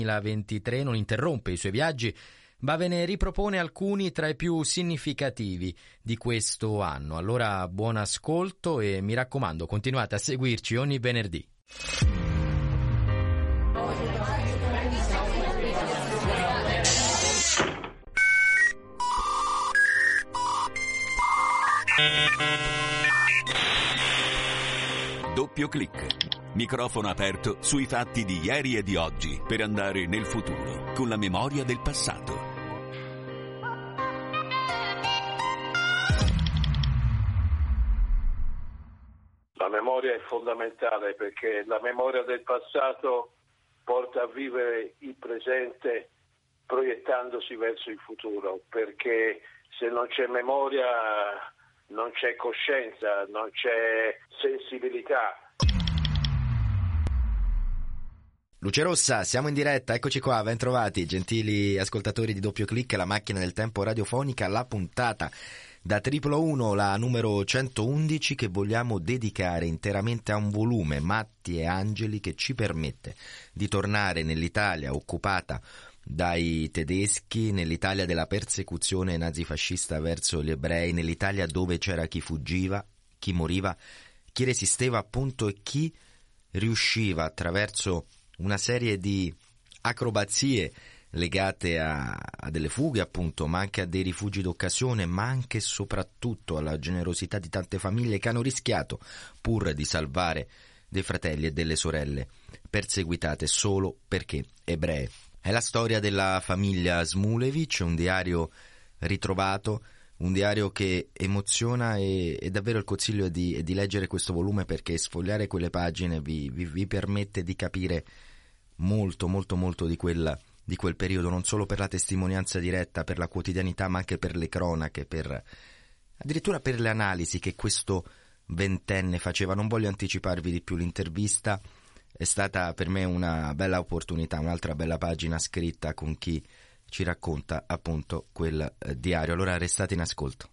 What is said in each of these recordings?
2023 non interrompe i suoi viaggi, ma ve ne ripropone alcuni tra i più significativi di questo anno. Allora buon ascolto e mi raccomando, continuate a seguirci ogni venerdì. Doppio clic. Microfono aperto sui fatti di ieri e di oggi per andare nel futuro con la memoria del passato. La memoria è fondamentale perché la memoria del passato porta a vivere il presente proiettandosi verso il futuro, perché se non c'è memoria non c'è coscienza, non c'è sensibilità. Luce Rossa, siamo in diretta, eccoci qua, ben trovati, gentili ascoltatori di Doppio Clic, la macchina del tempo radiofonica, la puntata da Triplo 1, la numero 111, che vogliamo dedicare interamente a un volume, Matti e Angeli, che ci permette di tornare nell'Italia occupata dai tedeschi, nell'Italia della persecuzione nazifascista verso gli ebrei, nell'Italia dove c'era chi fuggiva, chi moriva, chi resisteva appunto e chi riusciva attraverso una serie di acrobazie legate a delle fughe appunto, ma anche a dei rifugi d'occasione, ma anche e soprattutto alla generosità di tante famiglie che hanno rischiato pur di salvare dei fratelli e delle sorelle perseguitate solo perché ebree. È la storia della famiglia Šmulewicz, un diario ritrovato, un diario che emoziona e davvero il consiglio è di leggere questo volume, perché sfogliare quelle pagine vi permette di capire molto di quel periodo, non solo per la testimonianza diretta, per la quotidianità, ma anche per le cronache, addirittura per le analisi che questo ventenne faceva. Non voglio anticiparvi di più, l'intervista è stata per me una bella opportunità, un'altra bella pagina scritta con chi ci racconta appunto quel diario. Allora restate in ascolto.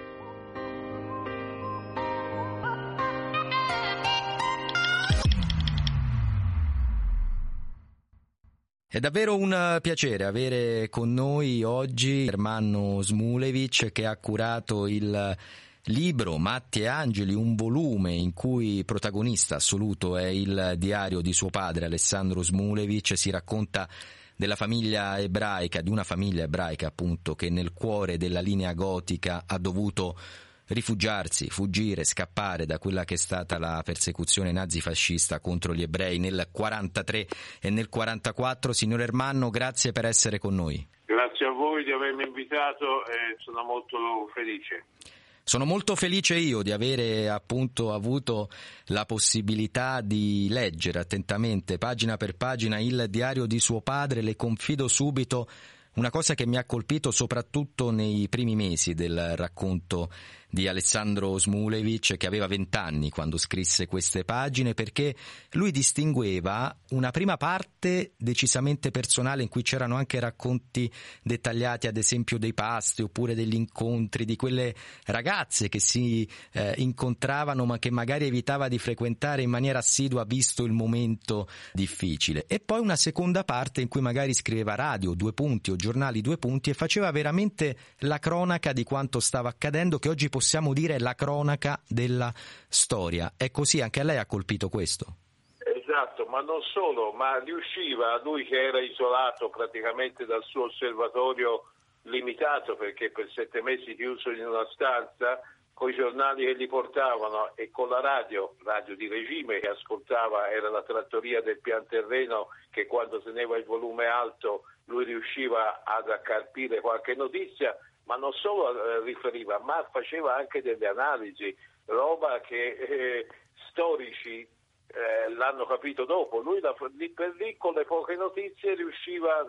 È davvero un piacere avere con noi oggi Ermanno Šmulewicz, che ha curato il libro Matti e Angeli, un volume in cui protagonista assoluto è il diario di suo padre Alessandro Šmulewicz. Si racconta della famiglia ebraica, di una famiglia ebraica appunto, che nel cuore della linea gotica ha dovuto rifugiarsi, fuggire, scappare da quella che è stata la persecuzione nazifascista contro gli ebrei nel 43 e nel 44. Signor Ermanno, grazie per essere con noi. Grazie a voi di avermi invitato e sono molto felice. Sono molto felice io di avere appunto avuto la possibilità di leggere attentamente, pagina per pagina, il diario di suo padre. Le confido subito una cosa che mi ha colpito soprattutto nei primi mesi del racconto di Alessandro Šmulewicz, che aveva 20 anni quando scrisse queste pagine, perché lui distingueva una prima parte decisamente personale in cui c'erano anche racconti dettagliati, ad esempio dei pasti oppure degli incontri di quelle ragazze che si incontravano ma che magari evitava di frequentare in maniera assidua visto il momento difficile, e poi una seconda parte in cui magari scriveva radio, 2 punti, o giornali, 2 punti, e faceva veramente la cronaca di quanto stava accadendo, che oggi possiamo dire la cronaca della storia. È così, anche a lei ha colpito questo? Esatto, ma non solo, ma riusciva, lui che era isolato praticamente dal suo osservatorio limitato, perché per 7 mesi chiuso in una stanza, con i giornali che gli portavano e con la radio di regime che ascoltava, era la trattoria del pian terreno, che quando teneva il volume alto lui riusciva ad accarpire qualche notizia, ma non solo riferiva, ma faceva anche delle analisi, roba che storici l'hanno capito dopo. Lui lì per lì con le poche notizie riusciva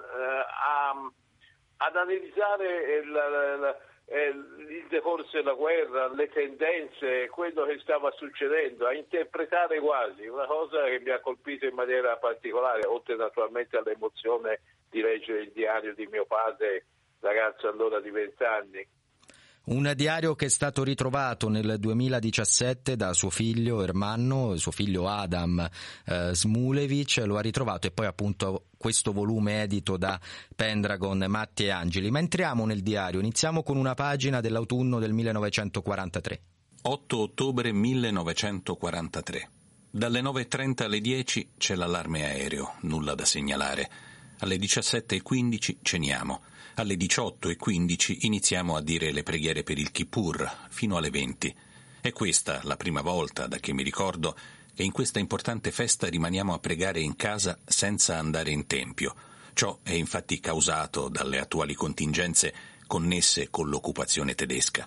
ad analizzare il decorso della guerra, le tendenze, quello che stava succedendo, a interpretare quasi, una cosa che mi ha colpito in maniera particolare, oltre naturalmente all'emozione di leggere il diario di mio padre, ragazzo allora di 20 anni. Un diario che è stato ritrovato nel 2017 da suo figlio Ermanno, suo figlio Adam Smulevic, lo ha ritrovato, e poi appunto questo volume edito da Pendragon, Matti e Angeli. Ma entriamo nel diario, iniziamo con una pagina dell'autunno del 1943. 8 ottobre 1943. Dalle 9.30 alle 10 c'è l'allarme aereo, nulla da segnalare. Alle 17.15 ceniamo. Alle 18.15 iniziamo a dire le preghiere per il Kippur, fino alle 20. È questa la prima volta, da che mi ricordo, che in questa importante festa rimaniamo a pregare in casa senza andare in tempio. Ciò è infatti causato dalle attuali contingenze connesse con l'occupazione tedesca.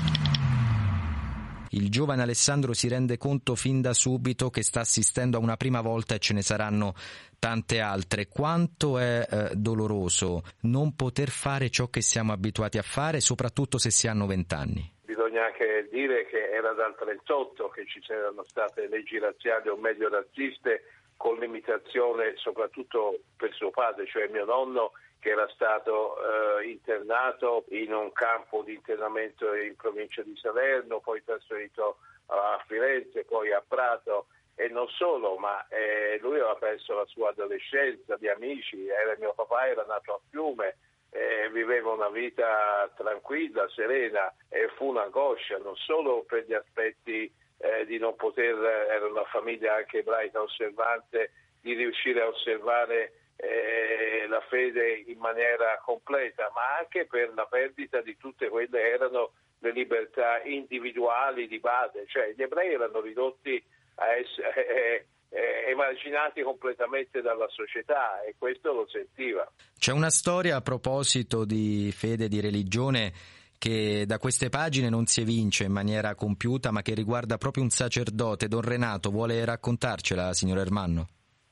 Il giovane Alessandro si rende conto fin da subito che sta assistendo a una prima volta e ce ne saranno tante altre. Quanto è doloroso non poter fare ciò che siamo abituati a fare, soprattutto se si hanno 20 anni. Bisogna anche dire che era dal 1938 che ci erano state leggi razziali o meglio razziste, con limitazione soprattutto per suo padre, cioè mio nonno, che era stato internato in un campo di internamento in provincia di Salerno, poi trasferito a Firenze, poi a Prato, e non solo, ma lui aveva perso la sua adolescenza, gli amici, mio papà era nato a Fiume, viveva una vita tranquilla, serena, e fu un'angoscia non solo per gli aspetti di non poter, era una famiglia anche ebraica osservante, di riuscire a osservare la fede in maniera completa, ma anche per la perdita di tutte quelle che erano le libertà individuali di base, cioè gli ebrei erano ridotti a essere emarginati completamente dalla società, e questo lo sentiva. C'è una storia a proposito di fede e di religione che da queste pagine non si evince in maniera compiuta, ma che riguarda proprio un sacerdote. Don Renato vuole raccontarcela, signor Ermanno?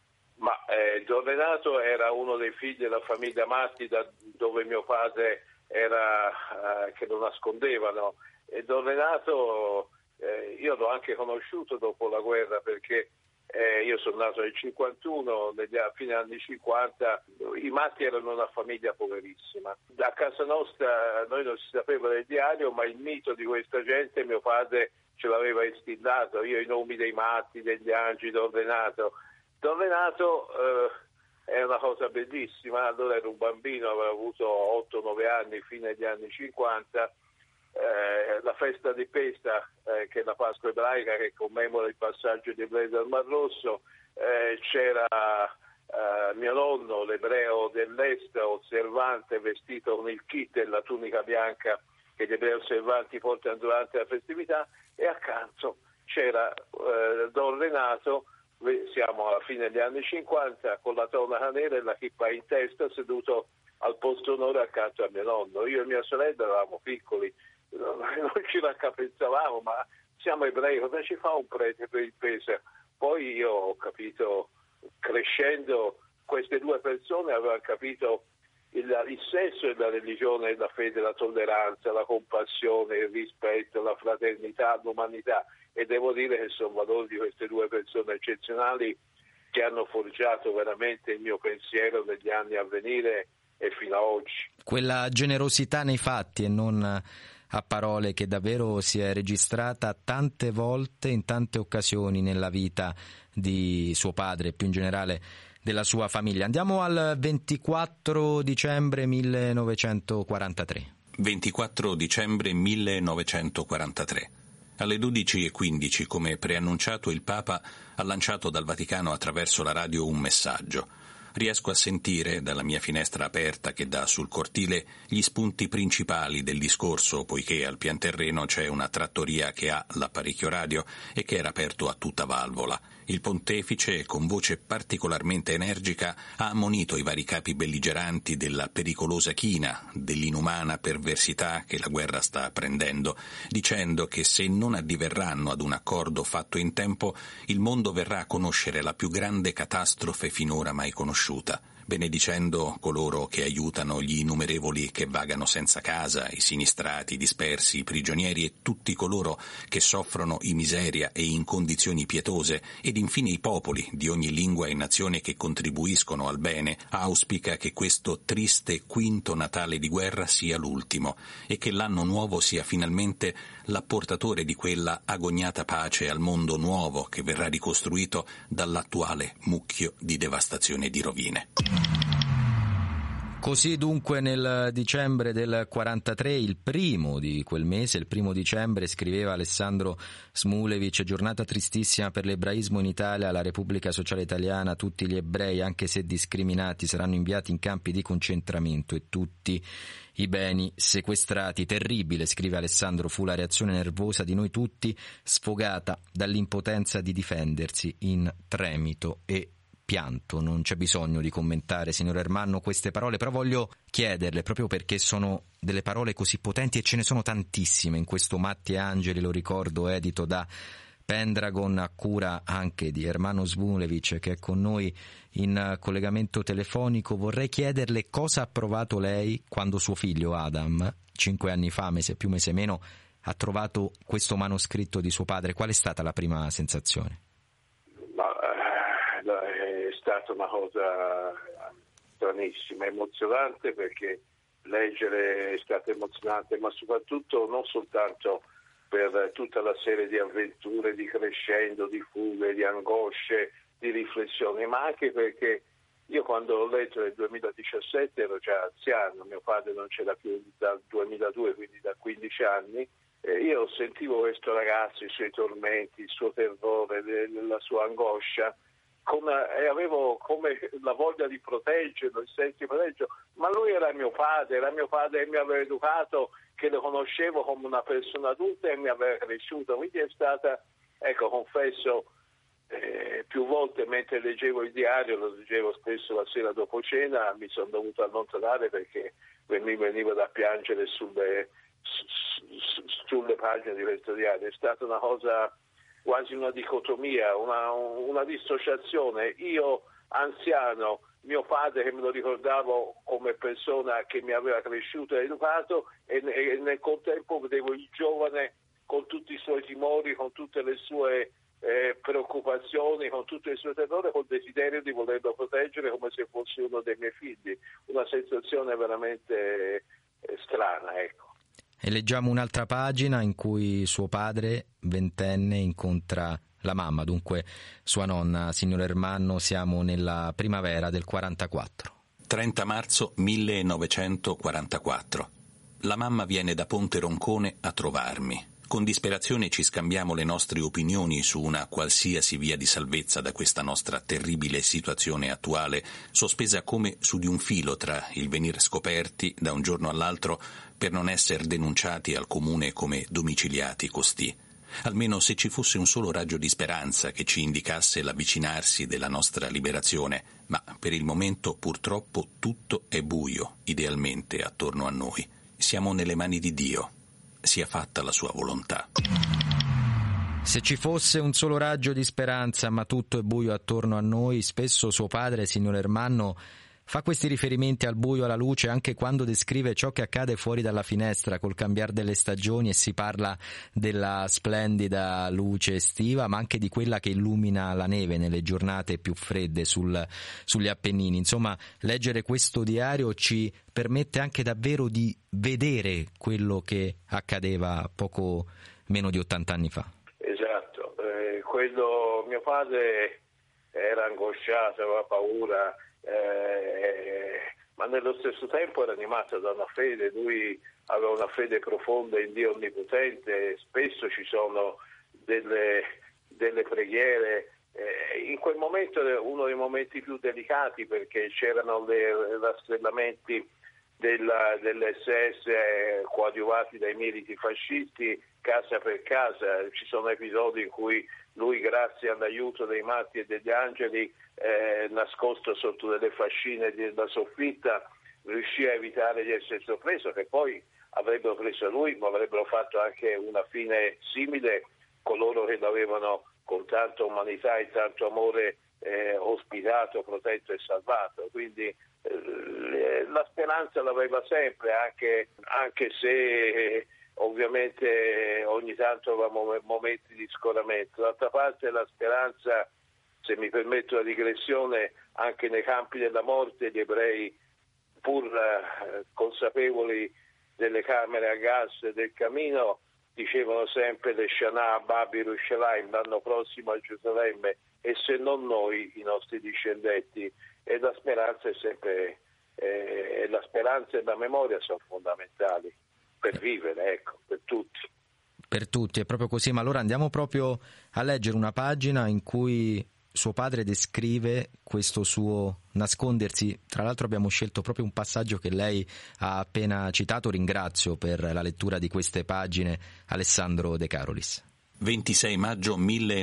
Don Renato era uno dei figli della famiglia Matti, da dove mio padre era, che lo nascondevano, e Don Renato io l'ho anche conosciuto dopo la guerra, perché io sono nato nel 51, fine anni 50, i Matti erano una famiglia poverissima. Da casa nostra noi non si sapeva del diario, ma il mito di questa gente mio padre ce l'aveva instillato, io i nomi dei Matti, degli Angeli, Don Renato. Don Renato è una cosa bellissima, allora ero un bambino, avevo avuto 8-9 anni, fine degli anni 50, la festa di Pesta, che è la Pasqua ebraica che commemora il passaggio di ebrei dal Mar Rosso, c'era mio nonno, l'ebreo dell'Est, osservante, vestito con il kit e la tunica bianca che gli ebrei osservanti portano durante la festività, e accanto c'era Don Renato. Siamo alla fine degli anni 50, con la tonaca nera e la chippa in testa, seduto al posto onore accanto a mio nonno. Io e mia sorella eravamo piccoli, non ci raccapezzavamo, ma siamo ebrei, cosa ci fa un prete per il Pesach? Poi io ho capito, crescendo, queste due persone avevano capito il senso della religione e la fede, la tolleranza, la compassione, il rispetto, la fraternità, l'umanità, e devo dire che sono valori di queste due persone eccezionali che hanno forgiato veramente il mio pensiero negli anni a venire e fino a oggi. Quella generosità nei fatti e non a parole che davvero si è registrata tante volte, in tante occasioni nella vita di suo padre e più in generale della sua famiglia. Andiamo al 24 dicembre 1943. 24 dicembre 1943. Alle 12.15, come preannunciato, il Papa ha lanciato dal Vaticano attraverso la radio un messaggio. Riesco a sentire, dalla mia finestra aperta che dà sul cortile, gli spunti principali del discorso, poiché al pian terreno c'è una trattoria che ha l'apparecchio radio e che era aperto a tutta valvola. Il pontefice, con voce particolarmente energica, ha ammonito i vari capi belligeranti della pericolosa china, dell'inumana perversità che la guerra sta prendendo, dicendo che se non addiverranno ad un accordo fatto in tempo, il mondo verrà a conoscere la più grande catastrofe finora mai conosciuta. benedicendo coloro che aiutano gli innumerevoli che vagano senza casa, i sinistrati, i dispersi, i prigionieri e tutti coloro che soffrono in miseria e in condizioni pietose, ed infine i popoli di ogni lingua e nazione che contribuiscono al bene, auspica che questo triste quinto Natale di guerra sia l'ultimo e che l'anno nuovo sia finalmente l'apportatore di quella agognata pace al mondo nuovo che verrà ricostruito dall'attuale mucchio di devastazione e di rovine. Così dunque nel dicembre del 43, il primo di quel mese, il 1 dicembre, scriveva Alessandro Smulevic: giornata tristissima per l'ebraismo in Italia, la Repubblica Sociale Italiana, tutti gli ebrei, anche se discriminati, saranno inviati in campi di concentramento e tutti i beni sequestrati. Terribile, scrive Alessandro, fu la reazione nervosa di noi tutti, sfogata dall'impotenza di difendersi in tremito e pianto. Non c'è bisogno di commentare, signor Ermanno, queste parole, però voglio chiederle, proprio perché sono delle parole così potenti e ce ne sono tantissime in questo Matti e Angeli, lo ricordo, edito da Pendragon, a cura anche di Ermanno Smulevic, che è con noi in collegamento telefonico. Vorrei chiederle cosa ha provato lei quando suo figlio Adam, 5 anni fa, mese più mese meno, ha trovato questo manoscritto di suo padre. Qual è stata la prima sensazione? È stata una cosa stranissima, emozionante, perché leggere è stato emozionante, ma soprattutto non soltanto per tutta la serie di avventure, di crescendo, di fughe, di angosce, di riflessioni, ma anche perché io quando l'ho letto nel 2017 ero già anziano, mio padre non c'era più dal 2002, quindi da 15 anni, io sentivo questo ragazzo, i suoi tormenti, il suo terrore, la sua angoscia, e avevo come la voglia di proteggerlo, il senso di proteggerlo, ma lui era mio padre e mi aveva educato, che lo conoscevo come una persona adulta e mi aveva cresciuto, quindi è stata, confesso, più volte mentre leggevo il diario, lo leggevo spesso la sera dopo cena, mi sono dovuto allontanare perché mi veniva da piangere sulle pagine di questo diario. È stata una cosa, quasi una dicotomia, una dissociazione. Io anziano, mio padre che me lo ricordavo come persona che mi aveva cresciuto e educato, e nel contempo vedevo il giovane con tutti i suoi timori, con tutte le sue preoccupazioni, con tutto il suo terrore, col desiderio di volerlo proteggere come se fosse uno dei miei figli. Una sensazione veramente strana, ecco. E leggiamo un'altra pagina in cui suo padre, ventenne, incontra la mamma, dunque sua nonna. Signor Ermanno, siamo nella primavera del 44. 30 marzo 1944. La mamma viene da Ponte Roncone a trovarmi. Con disperazione ci scambiamo le nostre opinioni su una qualsiasi via di salvezza da questa nostra terribile situazione attuale, sospesa come su di un filo tra il venir scoperti da un giorno all'altro per non essere denunciati al comune come domiciliati costì. Almeno se ci fosse un solo raggio di speranza che ci indicasse l'avvicinarsi della nostra liberazione, ma per il momento purtroppo tutto è buio, idealmente, attorno a noi. Siamo nelle mani di Dio. Sia fatta la sua volontà. Se ci fosse un solo raggio di speranza, ma tutto è buio attorno a noi, spesso suo padre, signor Ermanno, fa questi riferimenti al buio, alla luce, anche quando descrive ciò che accade fuori dalla finestra col cambiar delle stagioni, e si parla della splendida luce estiva, ma anche di quella che illumina la neve nelle giornate più fredde sugli Appennini. Insomma, leggere questo diario ci permette anche davvero di vedere quello che accadeva poco meno di 80 anni fa. Esatto, mio padre era angosciato, aveva paura, ma nello stesso tempo era animato da una fede. Lui aveva una fede profonda in Dio Onnipotente. Spesso ci sono delle preghiere, in quel momento era uno dei momenti più delicati, perché c'erano i rastrellamenti dell'SS coadiuvati dai militi fascisti casa per casa. Ci sono episodi in cui lui, grazie all'aiuto dei matti e degli angeli, nascosto sotto delle fascine della soffitta, riuscì a evitare di essere sorpreso, che poi avrebbero preso lui, ma avrebbero fatto anche una fine simile coloro che l'avevano con tanta umanità e tanto amore ospitato, protetto e salvato. Quindi la speranza l'aveva sempre, anche se ovviamente ogni tanto avevamo momenti di scoramento. D'altra parte la speranza, se mi permetto la digressione, anche nei campi della morte gli ebrei, pur consapevoli delle camere a gas e del camino, dicevano sempre Leshanah, Babi, Yerushalayim, l'anno prossimo a Gerusalemme, e se non noi, i nostri discendenti. E la speranza è sempre, la speranza e la memoria sono fondamentali per vivere, per tutti. Per tutti, è proprio così. Ma allora andiamo proprio a leggere una pagina in cui suo padre descrive questo suo nascondersi. Tra l'altro abbiamo scelto proprio un passaggio che lei ha appena citato. Ringrazio per la lettura di queste pagine Alessandro De Carolis. 26 maggio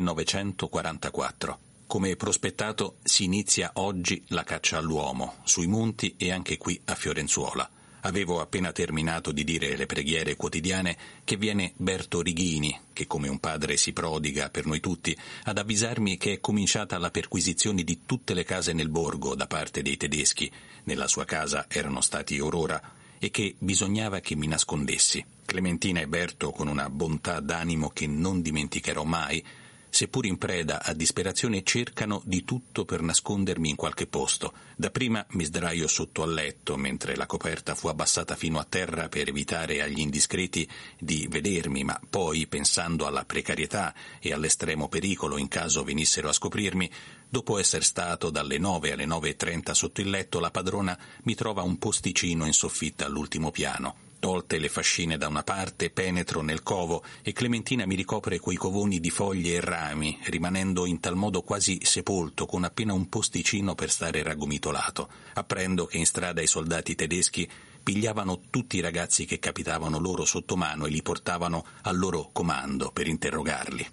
1944. Come prospettato si inizia oggi la caccia all'uomo, sui monti e anche qui a Fiorenzuola. Avevo appena terminato di dire le preghiere quotidiane che viene Berto Righini, che come un padre si prodiga per noi tutti, ad avvisarmi che è cominciata la perquisizione di tutte le case nel borgo da parte dei tedeschi. Nella sua casa erano stati Aurora, e che bisognava che mi nascondessi. Clementina e Berto, con una bontà d'animo che non dimenticherò mai, seppur in preda a disperazione, cercano di tutto per nascondermi in qualche posto. Dapprima mi sdraio sotto al letto, mentre la coperta fu abbassata fino a terra per evitare agli indiscreti di vedermi, ma poi, pensando alla precarietà e all'estremo pericolo in caso venissero a scoprirmi, dopo essere stato dalle 9 alle 9:30 sotto il letto, la padrona mi trova un posticino in soffitta all'ultimo piano. Tolte le fascine da una parte, penetro nel covo e Clementina mi ricopre quei covoni di foglie e rami, rimanendo in tal modo quasi sepolto, con appena un posticino per stare raggomitolato. Apprendo che in strada i soldati tedeschi pigliavano tutti i ragazzi che capitavano loro sotto mano e li portavano al loro comando per interrogarli.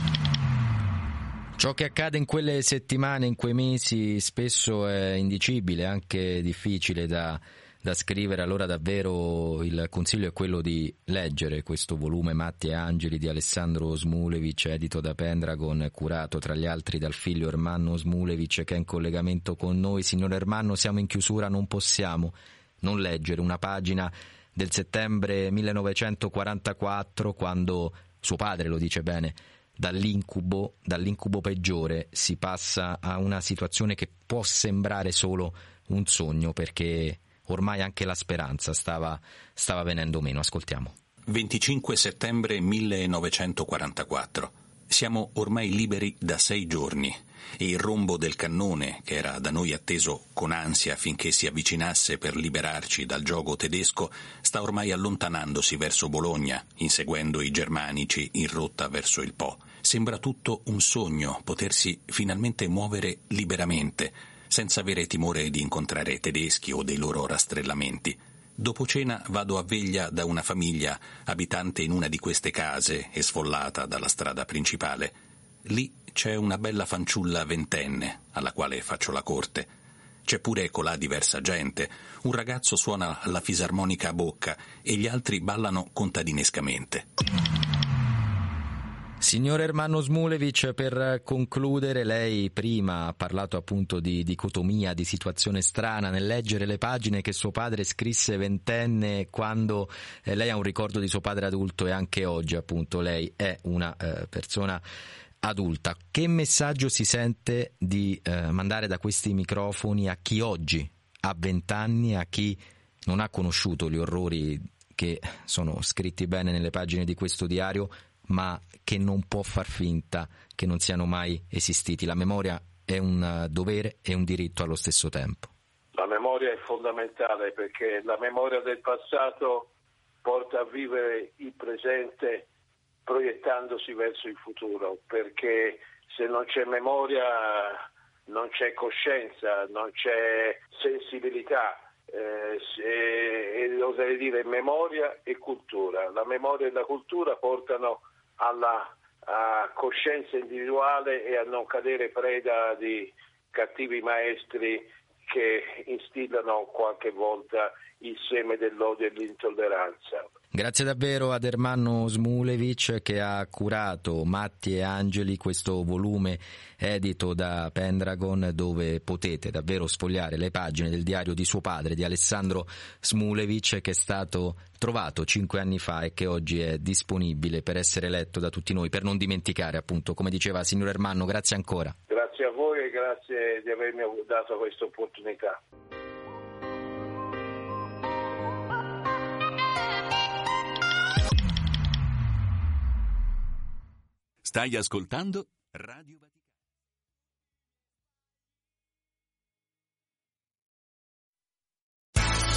Ciò che accade in quelle settimane, in quei mesi, spesso è indicibile, anche difficile da scrivere. Allora davvero il consiglio è quello di leggere questo volume Matti e Angeli di Alessandro Smulevic, edito da Pendragon, curato tra gli altri dal figlio Ermanno Smulevic, che è in collegamento con noi. Signor Ermanno, siamo in chiusura, non possiamo non leggere una pagina del settembre 1944, quando suo padre, lo dice bene, dall'incubo peggiore si passa a una situazione che può sembrare solo un sogno, perché ormai anche la speranza stava venendo meno. Ascoltiamo. 25 settembre 1944. Siamo ormai liberi da 6 giorni e il rombo del cannone, che era da noi atteso con ansia finché si avvicinasse per liberarci dal giogo tedesco, sta ormai allontanandosi verso Bologna, inseguendo i germanici in rotta verso il Po. Sembra tutto un sogno, potersi finalmente muovere liberamente, senza avere timore di incontrare tedeschi o dei loro rastrellamenti. Dopo cena vado a veglia da una famiglia abitante in una di queste case e sfollata dalla strada principale. Lì c'è una bella fanciulla ventenne alla quale faccio la corte. C'è pure colà diversa gente. Un ragazzo suona la fisarmonica a bocca e gli altri ballano contadinescamente. Signor Ermanno Smulevic, per concludere, lei prima ha parlato appunto di dicotomia, di situazione strana nel leggere le pagine che suo padre scrisse ventenne, quando lei ha un ricordo di suo padre adulto, e anche oggi appunto lei è una persona adulta. Che messaggio si sente di mandare da questi microfoni a chi oggi ha 20 anni, a chi non ha conosciuto gli orrori che sono scritti bene nelle pagine di questo diario, ma che non può far finta che non siano mai esistiti? La memoria è un dovere e un diritto allo stesso tempo. La memoria è fondamentale, perché la memoria del passato porta a vivere il presente proiettandosi verso il futuro, perché se non c'è memoria non c'è coscienza, non c'è sensibilità. Oserei dire memoria e cultura. La memoria e la cultura portano alla coscienza individuale e a non cadere preda di cattivi maestri che instillano qualche volta il seme dell'odio e l'intolleranza. Grazie davvero ad Ermanno Smulevic che ha curato Matti e Angeli, questo volume edito da Pendragon, dove potete davvero sfogliare le pagine del diario di suo padre, di Alessandro Smulevic, che è stato trovato 5 anni fa e che oggi è disponibile per essere letto da tutti noi, per non dimenticare, appunto, come diceva il signor Ermanno. Grazie ancora. Grazie a voi e grazie di avermi dato questa opportunità. Stai ascoltando Radio Vaticana.